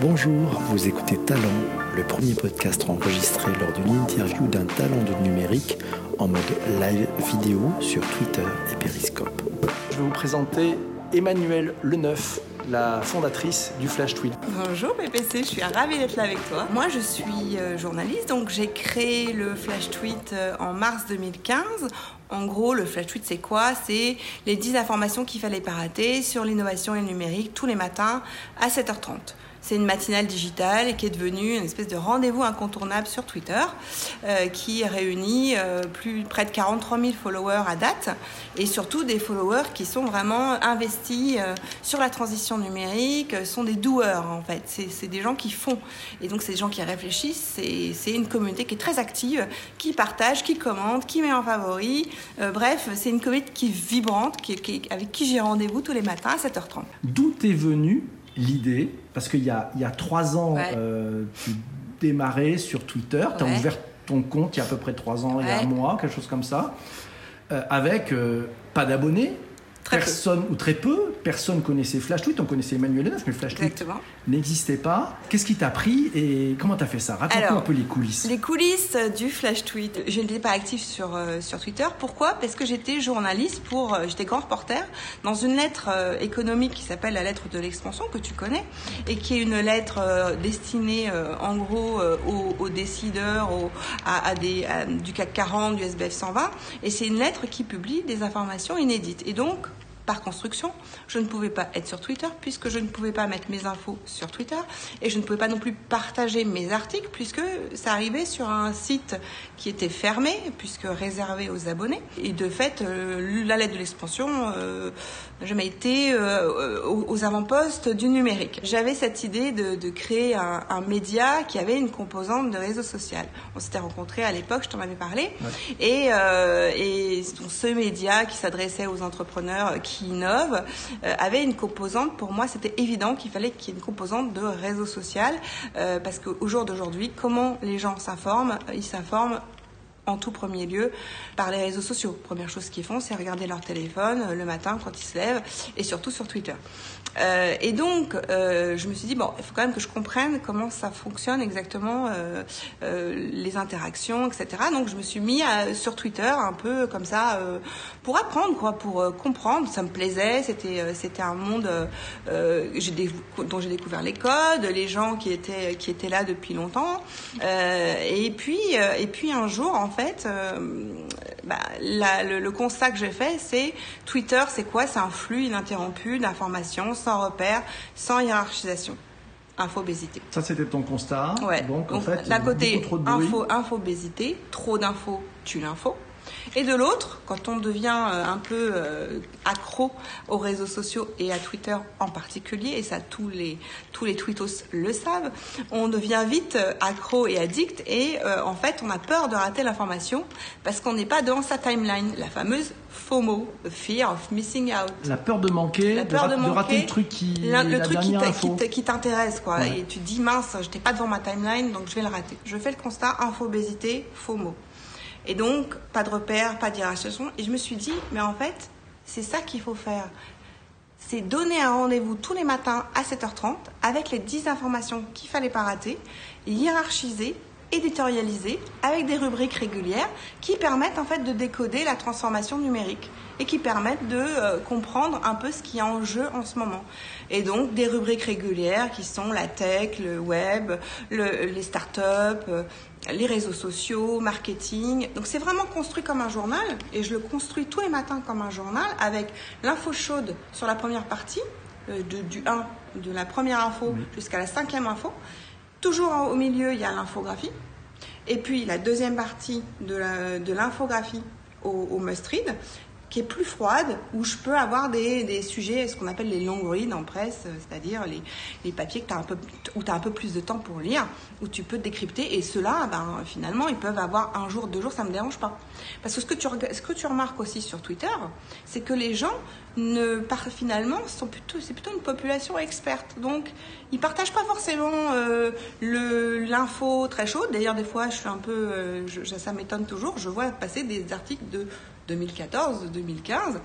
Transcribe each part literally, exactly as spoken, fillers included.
Bonjour, vous écoutez Talent, le premier podcast enregistré lors d'une interview d'un talent du numérique en mode live vidéo sur Twitter et Periscope. Je vais vous présenter Emmanuelle Leneuf, la fondatrice du Flash Tweet. Bonjour P P C, je suis ravie d'être là avec toi. Moi je suis journaliste, donc j'ai créé le Flash Tweet en mars deux mille quinze. En gros, le Flash Tweet, c'est quoi ? C'est les dix informations qu'il fallait pas rater sur l'innovation et le numérique tous les matins à sept heures trente. C'est une matinale digitale et qui est devenue une espèce de rendez-vous incontournable sur Twitter euh, qui réunit euh, plus, près de quarante-trois mille followers à date et surtout des followers qui sont vraiment investis euh, sur la transition numérique, euh, sont des doers en fait. C'est, c'est des gens qui font et donc c'est des gens qui réfléchissent. C'est, c'est une communauté qui est très active, qui partage, qui commente, qui met en favori. Euh, bref, c'est une communauté qui est vibrante, qui, qui, avec qui j'ai rendez-vous tous les matins à sept heures trente. D'où est venue l'idée, parce qu'il y a, il y a trois ans, ouais. euh, tu démarrais sur Twitter, tu as ouais. ouvert ton compte il y a à peu près trois ans, ouais. il y a un mois, quelque chose comme ça, euh, avec euh, pas d'abonnés, très personne peu. ou très peu, personne connaissait Flash Tweet, on connaissait Emmanuelle Leneuf, mais Flash Tweet n'existait pas. Qu'est-ce qui t'a pris et comment t'as fait ça ? Raconte-nous un peu les coulisses. Les coulisses du Flash Tweet. Je n'étais pas active sur euh, sur Twitter. Pourquoi ? Parce que j'étais journaliste pour, euh, j'étais grand reporter dans une lettre euh, économique qui s'appelle la lettre de l'expansion que tu connais et qui est une lettre euh, destinée euh, en gros euh, aux, aux décideurs, aux, à, à des à, du C A C quarante, du S B F cent vingt. Et c'est une lettre qui publie des informations inédites. Et donc par construction, je ne pouvais pas être sur Twitter puisque je ne pouvais pas mettre mes infos sur Twitter et je ne pouvais pas non plus partager mes articles puisque ça arrivait sur un site qui était fermé puisque réservé aux abonnés. Et de fait, euh, la lettre de l'expansion euh, n'a jamais été euh, aux, aux avant-postes du numérique. J'avais cette idée de, de créer un, un média qui avait une composante de réseau social. On s'était rencontrés à l'époque, je t'en avais parlé, ouais. et, euh, et ce média qui s'adressait aux entrepreneurs qui qui innove, euh, avait une composante, pour moi c'était évident qu'il fallait qu'il y ait une composante de réseau social, euh, parce qu'au jour d'aujourd'hui, comment les gens s'informent ? Ils s'informent en tout premier lieu par les réseaux sociaux. Première chose qu'ils font, c'est regarder leur téléphone euh, le matin quand ils se lèvent, et surtout sur Twitter. Euh, et donc, euh, je me suis dit, bon, il faut quand même que je comprenne comment ça fonctionne exactement, euh, euh, les interactions, et cetera. Donc, je me suis mis à, sur Twitter un peu comme ça euh, pour apprendre, quoi, pour euh, comprendre. Ça me plaisait. C'était, euh, c'était un monde euh, j'ai dév- dont j'ai découvert les codes, les gens qui étaient qui étaient là depuis longtemps. Euh, et puis, euh, et puis un jour, en fait, euh, bah, la, le, le constat que j'ai fait, c'est Twitter, c'est quoi ? C'est un flux ininterrompu d'informations, sans repère, sans hiérarchisation. Infobésité. Ça, c'était ton constat. Ouais. Donc, Donc en fait, d'un côté, trop de info, infobésité, trop d'infos tue l'info. Et de l'autre, quand on devient un peu euh, accro aux réseaux sociaux et à Twitter en particulier, et ça tous les tous les tweetos le savent, on devient vite accro et addict et euh, en fait on a peur de rater l'information parce qu'on n'est pas dans sa timeline, la fameuse FOMO, Fear of Missing Out. La peur de manquer, la peur de, de, de manquer, rater le truc qui le, le la truc qui, info. qui, qui t'intéresse quoi, ouais. Et tu te dis mince, j'étais pas devant ma timeline donc je vais le rater. Je fais le constat infobésité, FOMO. Et donc, pas de repères, pas d'hiérarchisation. Et je me suis dit, mais en fait, c'est ça qu'il faut faire. C'est donner un rendez-vous tous les matins à sept heures trente avec les dix informations qu'il fallait pas rater, hiérarchiser, éditorialiser avec des rubriques régulières qui permettent en fait de décoder la transformation numérique et qui permettent de euh, comprendre un peu ce qui est en jeu en ce moment. Et donc des rubriques régulières qui sont la tech, le web, le, les startups, euh, les réseaux sociaux, marketing. Donc c'est vraiment construit comme un journal et je le construis tous les matins comme un journal avec l'info chaude sur la première partie, euh, de, du un, de la première info oui. jusqu'à la cinquième info. Toujours au milieu, il y a l'infographie. Et puis la deuxième partie de, la, de l'infographie au, au must-read, qui est plus froide, où je peux avoir des, des sujets, ce qu'on appelle les long reads en presse, c'est-à-dire les, les papiers que t'as un peu, où tu as un peu plus de temps pour lire, où tu peux décrypter. Et ceux-là, ben, finalement, ils peuvent avoir un jour, deux jours, ça ne me dérange pas. Parce que ce que tu, ce que tu remarques aussi sur Twitter, c'est que les gens, ne, par, finalement, sont plutôt, c'est plutôt une population experte. Donc, ils partagent pas forcément euh, le, l'info très chaude. D'ailleurs, des fois, je suis un peu, euh, je, ça m'étonne toujours, je vois passer des articles de deux mille quatorze, deux mille quinze,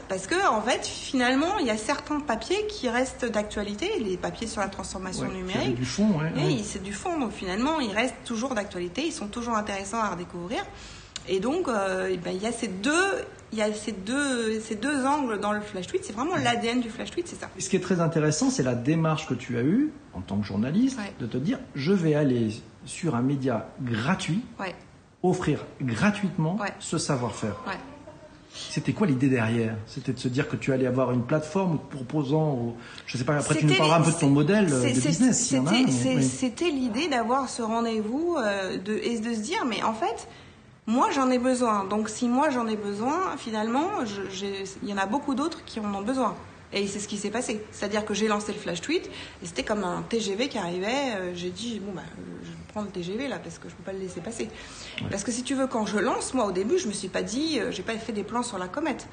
parce que en fait, finalement, il y a certains papiers qui restent d'actualité, les papiers sur la transformation ouais, numérique. C'est du fond, ouais, et ouais. C'est du fond, donc finalement, ils restent toujours d'actualité, ils sont toujours intéressants à redécouvrir. Et donc, euh, et ben, il y a ces deux, il y a ces deux, ces deux angles dans le flash tweet. C'est vraiment l'A D N du flash tweet, c'est ça. Ce qui est très intéressant, c'est la démarche que tu as eue en tant que journaliste, ouais. de te dire, je vais aller sur un média gratuit, ouais. offrir gratuitement ouais. ce savoir-faire. Ouais. C'était quoi l'idée derrière ? C'était de se dire que tu allais avoir une plateforme proposant, aux... je ne sais pas, après tu nous parleras un peu de ton modèle de business. C'était, y en a, mais... oui. c'était l'idée d'avoir ce rendez-vous euh, de, et de se dire, mais en fait, moi j'en ai besoin. Donc si moi j'en ai besoin, finalement, je, j'ai... il y en a beaucoup d'autres qui en ont besoin. Et c'est ce qui s'est passé. C'est-à-dire que j'ai lancé le flash tweet et c'était comme un T G V qui arrivait. Euh, j'ai dit, bon, bah, je vais prendre le T G V là parce que je ne peux pas le laisser passer. Ouais. Parce que si tu veux, quand je lance, moi au début, je ne me suis pas dit, euh, j'ai pas fait des plans sur la comète.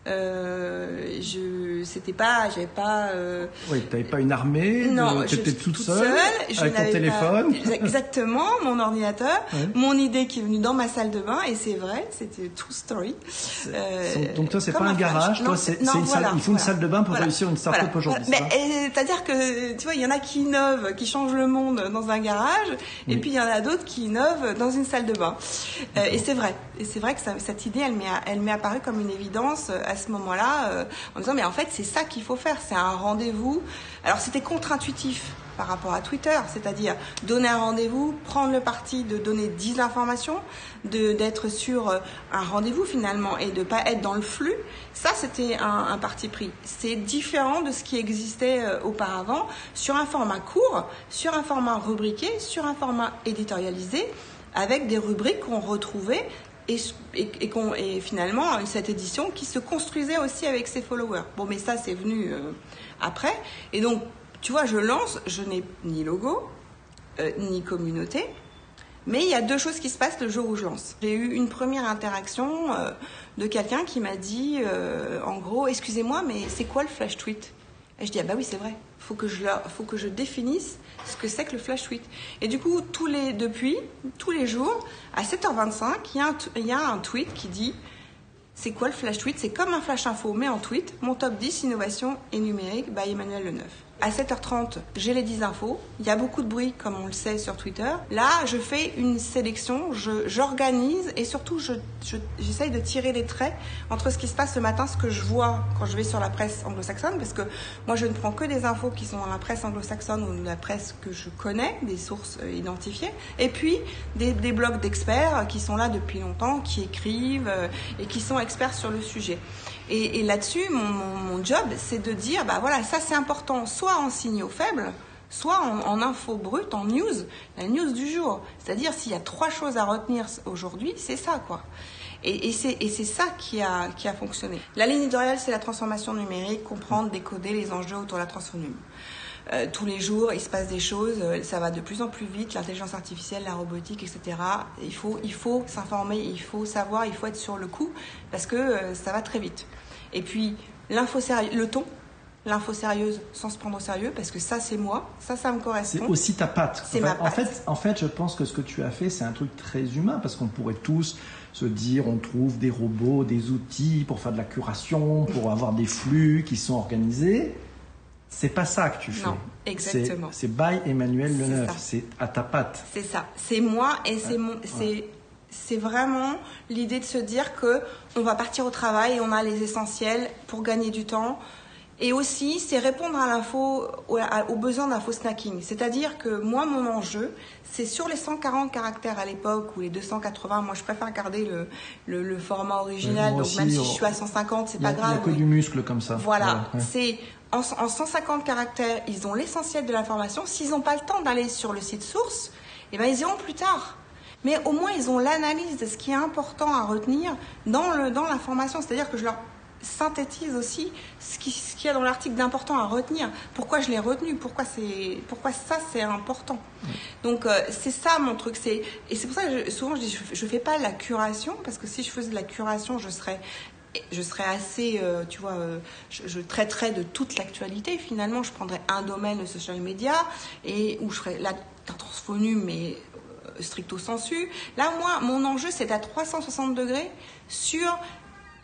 Euh, je, c'était pas, j'avais pas. Euh... Oui, t'avais pas une armée. Non, tu étais toute, toute seule, seule avec ton téléphone. Pas... Exactement, mon ordinateur, ouais. mon idée qui est venue dans ma salle de bain, et c'est vrai, c'était true story. Euh, Donc toi, c'est pas un, un garage, non, toi, c'est, non, c'est une voilà, salle. Il faut voilà, une salle de bain pour voilà, réussir une start-up voilà, aujourd'hui. Voilà. Mais, c'est-à-dire que tu vois, il y en a qui innovent, qui changent le monde dans un garage, oui. et puis il y en a d'autres qui innovent dans une salle de bain. Euh, et c'est vrai, et c'est vrai que ça, cette idée, elle m'est, elle m'est apparue comme une évidence à ce moment-là. En disant mais en fait c'est ça qu'il faut faire, c'est un rendez-vous. Alors c'était contre-intuitif par rapport à Twitter, c'est-à-dire donner un rendez-vous, prendre le parti de donner dix informations, de, d'être sur un rendez-vous finalement et de pas être dans le flux. Ça c'était un, un parti pris. C'est différent de ce qui existait auparavant sur un format court, sur un format rubriqué, sur un format éditorialisé, avec des rubriques qu'on retrouvait. Et, et, et, qu'on, et finalement, cette édition qui se construisait aussi avec ses followers. Bon, mais ça, c'est venu euh, après. Et donc, tu vois, je lance, je n'ai ni logo, euh, ni communauté. Mais il y a deux choses qui se passent le jour où je lance. J'ai eu une première interaction euh, de quelqu'un qui m'a dit, euh, en gros, excusez-moi, mais c'est quoi le flash tweet ? Et je dis, ah bah oui, c'est vrai. Faut que je, faut que je définisse ce que c'est que le flash tweet. Et du coup, tous les, depuis, tous les jours, à sept heures vingt-cinq, il y a un, il y a un tweet qui dit, c'est quoi le flash tweet ? C'est comme un flash info, mais en tweet, mon top dix innovation et numérique by Emmanuel Leneuf. À sept heures trente, j'ai les dix infos. Il y a beaucoup de bruit, comme on le sait, sur Twitter. Là, je fais une sélection, je, j'organise et surtout, je, je, j'essaye de tirer les traits entre ce qui se passe le matin, ce que je vois quand je vais sur la presse anglo-saxonne, parce que moi, je ne prends que des infos qui sont dans la presse anglo-saxonne ou la presse que je connais, des sources euh, identifiées, et puis des, des blogs d'experts qui sont là depuis longtemps, qui écrivent euh, et qui sont experts sur le sujet. Et, et là-dessus, mon, mon, mon job, c'est de dire, bah voilà, ça c'est important, soit en signaux faibles, soit en, en info brute, en news, la news du jour. C'est-à-dire, s'il y a trois choses à retenir aujourd'hui, c'est ça, quoi. Et, et, c'est, et c'est ça qui a, qui a fonctionné. La ligne éditoriale, c'est la transformation numérique, comprendre, décoder les enjeux autour de la transformation numérique. Euh, tous les jours, il se passe des choses, euh, ça va de plus en plus vite, l'intelligence artificielle, la robotique, et cetera. Il faut, il faut s'informer, il faut savoir, il faut être sur le coup, parce que euh, ça va très vite. Et puis, l'info sérieuse, le ton, l'info sérieuse sans se prendre au sérieux, parce que ça, c'est moi, ça, ça me correspond. C'est aussi ta patte. C'est enfin, ma patte. En fait, en fait, je pense que ce que tu as fait, c'est un truc très humain, parce qu'on pourrait tous se dire, on trouve des robots, des outils pour faire de la curation, pour avoir des flux qui sont organisés. C'est pas ça que tu fais. Non, exactement. C'est, c'est by Emmanuel Leneuf. C'est, c'est à ta patte. C'est ça. C'est moi et c'est ah, mon. C'est, ouais. c'est vraiment l'idée de se dire que on va partir au travail et on a les essentiels pour gagner du temps. Et aussi, c'est répondre à l'info, aux besoins d'info snacking. C'est-à-dire que moi, mon enjeu, c'est sur les cent quarante caractères à l'époque ou les deux cent quatre-vingts. Moi, je préfère garder le, le, le format original. Donc, aussi, même si on... je suis à cent cinquante, c'est a, pas grave. Il n'y a que mais... du muscle comme ça. Voilà. Ouais. C'est en, en cent cinquante caractères, ils ont l'essentiel de l'information. S'ils n'ont pas le temps d'aller sur le site source, eh ben, ils iront plus tard. Mais au moins, ils ont l'analyse de ce qui est important à retenir dans, le, dans l'information. C'est-à-dire que je leur synthétise aussi ce, qui, ce qu'il y a dans l'article d'important à retenir. Pourquoi je l'ai retenu, pourquoi, c'est, pourquoi ça c'est important. Mmh. Donc euh, c'est ça mon truc. C'est, et c'est pour ça que je, souvent je dis je ne fais pas la curation, parce que si je faisais de la curation, je serais, je serais assez, euh, tu vois, euh, je, je traiterais de toute l'actualité. Finalement, je prendrais un domaine, le social media, et où je ferais la transphonue, mais euh, stricto sensu. Là, moi, mon enjeu, c'est à trois cent soixante degrés sur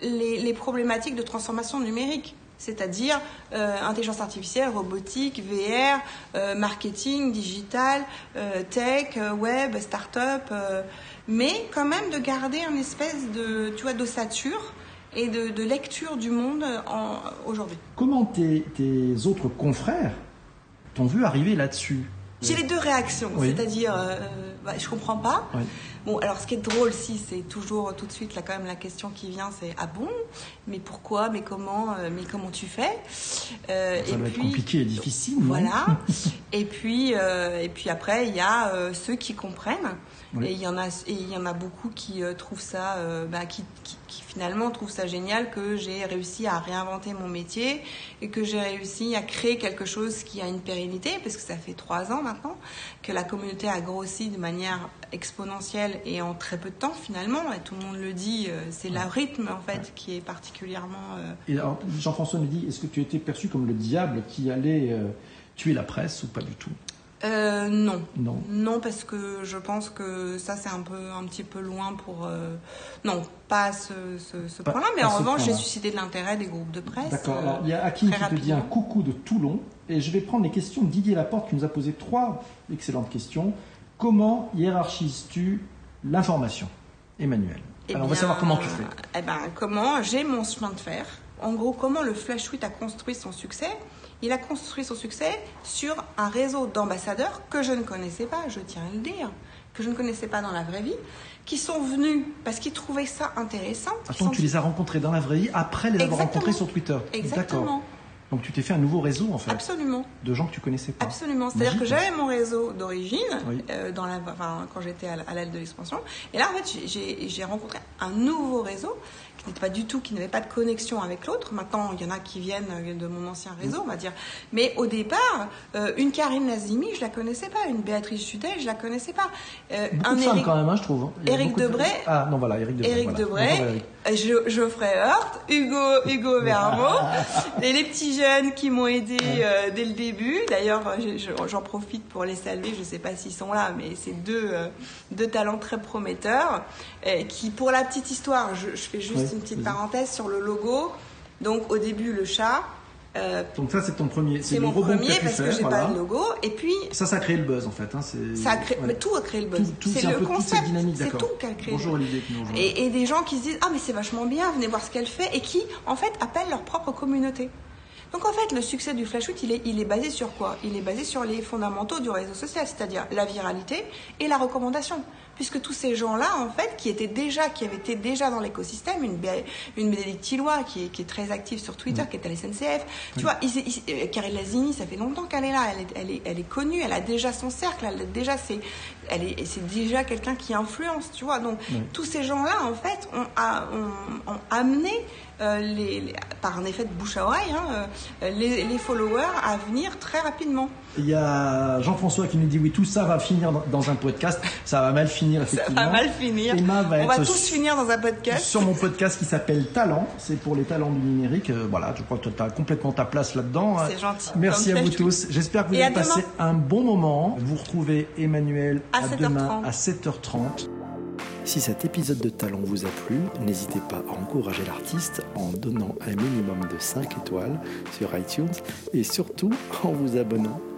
les, les problématiques de transformation numérique. C'est-à-dire euh, intelligence artificielle, robotique, V R, euh, marketing, digital, euh, tech, euh, web, start-up, euh, mais quand même de garder une espèce de, tu vois, d'ossature et de, de lecture du monde en, aujourd'hui. Comment tes, tes autres confrères t'ont vu arriver là-dessus ? J'ai les deux réactions, oui. c'est-à-dire, euh, bah, je comprends pas. Oui. Bon, alors ce qui est drôle, si, c'est toujours tout de suite là quand même la question qui vient, c'est ah bon, mais pourquoi, mais comment, euh, mais comment tu fais euh, Ça et doit puis, être compliqué et difficile. Voilà. et puis, euh, et puis après, il y a euh, ceux qui comprennent. Oui. Et il y en a, et il y en a beaucoup qui euh, trouvent ça, euh, bah, qui, qui, qui finalement trouvent ça génial que j'ai réussi à réinventer mon métier et que j'ai réussi à créer quelque chose qui a une pérennité, parce que ça fait trois ans maintenant que la communauté a grossi de manière exponentielle et en très peu de temps finalement. Et tout le monde le dit, euh, c'est ouais. le rythme en fait ouais. qui est particulièrement. Euh... Et alors, Jean-François me dit, est-ce que tu étais perçu comme le diable qui allait euh, tuer la presse ou pas du tout ? Euh, non. non, non, parce que je pense que ça c'est un peu, un petit peu loin pour. Euh... Non, pas à ce, ce, ce pas, point-là, mais en revanche, j'ai suscité de l'intérêt des groupes de presse. D'accord. Alors, il y a Hakim qui rapidement. te dit un coucou de Toulon, et je vais prendre les questions de Didier Laporte qui nous a posé trois excellentes questions. Comment hiérarchises-tu l'information, Emmanuel ? eh Alors, bien, on va savoir comment tu fais. Eh ben, comment j'ai mon chemin de fer. En gros, comment le Flash Tweet a construit son succès ? Il a construit son succès sur un réseau d'ambassadeurs que je ne connaissais pas, je tiens à le dire, que je ne connaissais pas dans la vraie vie, qui sont venus parce qu'ils trouvaient ça intéressant. Attends, tu les as rencontrés dans la vraie vie après les avoir rencontrés sur Twitter. Exactement. D'accord. Donc tu t'es fait un nouveau réseau en fait. Absolument. De gens que tu connaissais pas. Absolument. C'est-à-dire Magique. que j'avais mon réseau d'origine oui. euh, dans la, enfin, quand j'étais à l'aile de l'expansion. Et là en fait j'ai, j'ai rencontré un nouveau réseau qui n'était pas du tout, qui n'avait pas de connexion avec l'autre. Maintenant il y en a qui viennent de mon ancien réseau, on va dire. Mais au départ, euh, une Karine Lazimi, je la connaissais pas. Une Béatrice Judet, je la connaissais pas. Euh, Beaucoup un de femmes Éric... quand même, hein, je trouve. Éric Debray. De... Ah non voilà, Éric Debray. Éric voilà. Debray. Jo- Geoffrey Hurt, Hugo, Hugo Vermeau, et les petits jeunes qui m'ont aidé euh, dès le début. D'ailleurs, j'en profite pour les saluer. Je ne sais pas s'ils sont là, mais c'est deux, euh, deux talents très prometteurs. Euh, qui, pour la petite histoire, je, je fais juste oui, une petite vas-y. parenthèse sur le logo. Donc, au début, le chat. Euh, Donc ça c'est ton premier, c'est, c'est mon premier que parce faire, que j'ai voilà. pas le logo et puis ça ça a créé le buzz en fait. Hein, c'est... Ça a créé, ouais. mais tout a créé le buzz. Tout, tout, c'est, c'est le un peu concept, dynamique, c'est d'accord. tout qui a créé. Bonjour Olivier qui nous rejoint. Et, et des gens qui se disent ah mais c'est vachement bien, venez voir ce qu'elle fait et qui en fait appellent leur propre communauté. Donc en fait le succès du Flash Tweet il est il est basé sur quoi ? Il est basé sur les fondamentaux du réseau social, c'est-à-dire la viralité et la recommandation. Puisque tous ces gens-là, en fait, qui étaient déjà, qui avaient été déjà dans l'écosystème, une, une Bénédicte Tilloy qui est, qui est très active sur Twitter, mmh. qui est à la S N C F, tu oui. vois, ils, ils, Karine Lazimi, ça fait longtemps qu'elle est là, elle est, elle est, elle est connue, elle a déjà son cercle, elle a déjà, c'est, elle est, c'est déjà quelqu'un qui influence, tu vois. Donc mmh. tous ces gens-là, en fait, ont, a, ont, ont amené euh, les, les, par un effet de bouche à oreille, hein, euh, les, les followers à venir très rapidement. Il y a Jean-François qui nous dit oui, tout ça va finir dans un podcast, ça va mal finir effectivement. Ça va mal finir. Emma va On être va tous finir dans un podcast. Sur mon podcast qui s'appelle Talent, c'est pour les talents du numérique. Euh, voilà, je crois que tu as complètement ta place là-dedans. C'est gentil. Merci à vous tous. J'espère que vous avez passé un bon moment. Vous retrouvez Emmanuel à, à demain à sept heures trente. Si cet épisode de Talent vous a plu, n'hésitez pas à encourager l'artiste en donnant un minimum de cinq étoiles sur iTunes et surtout en vous abonnant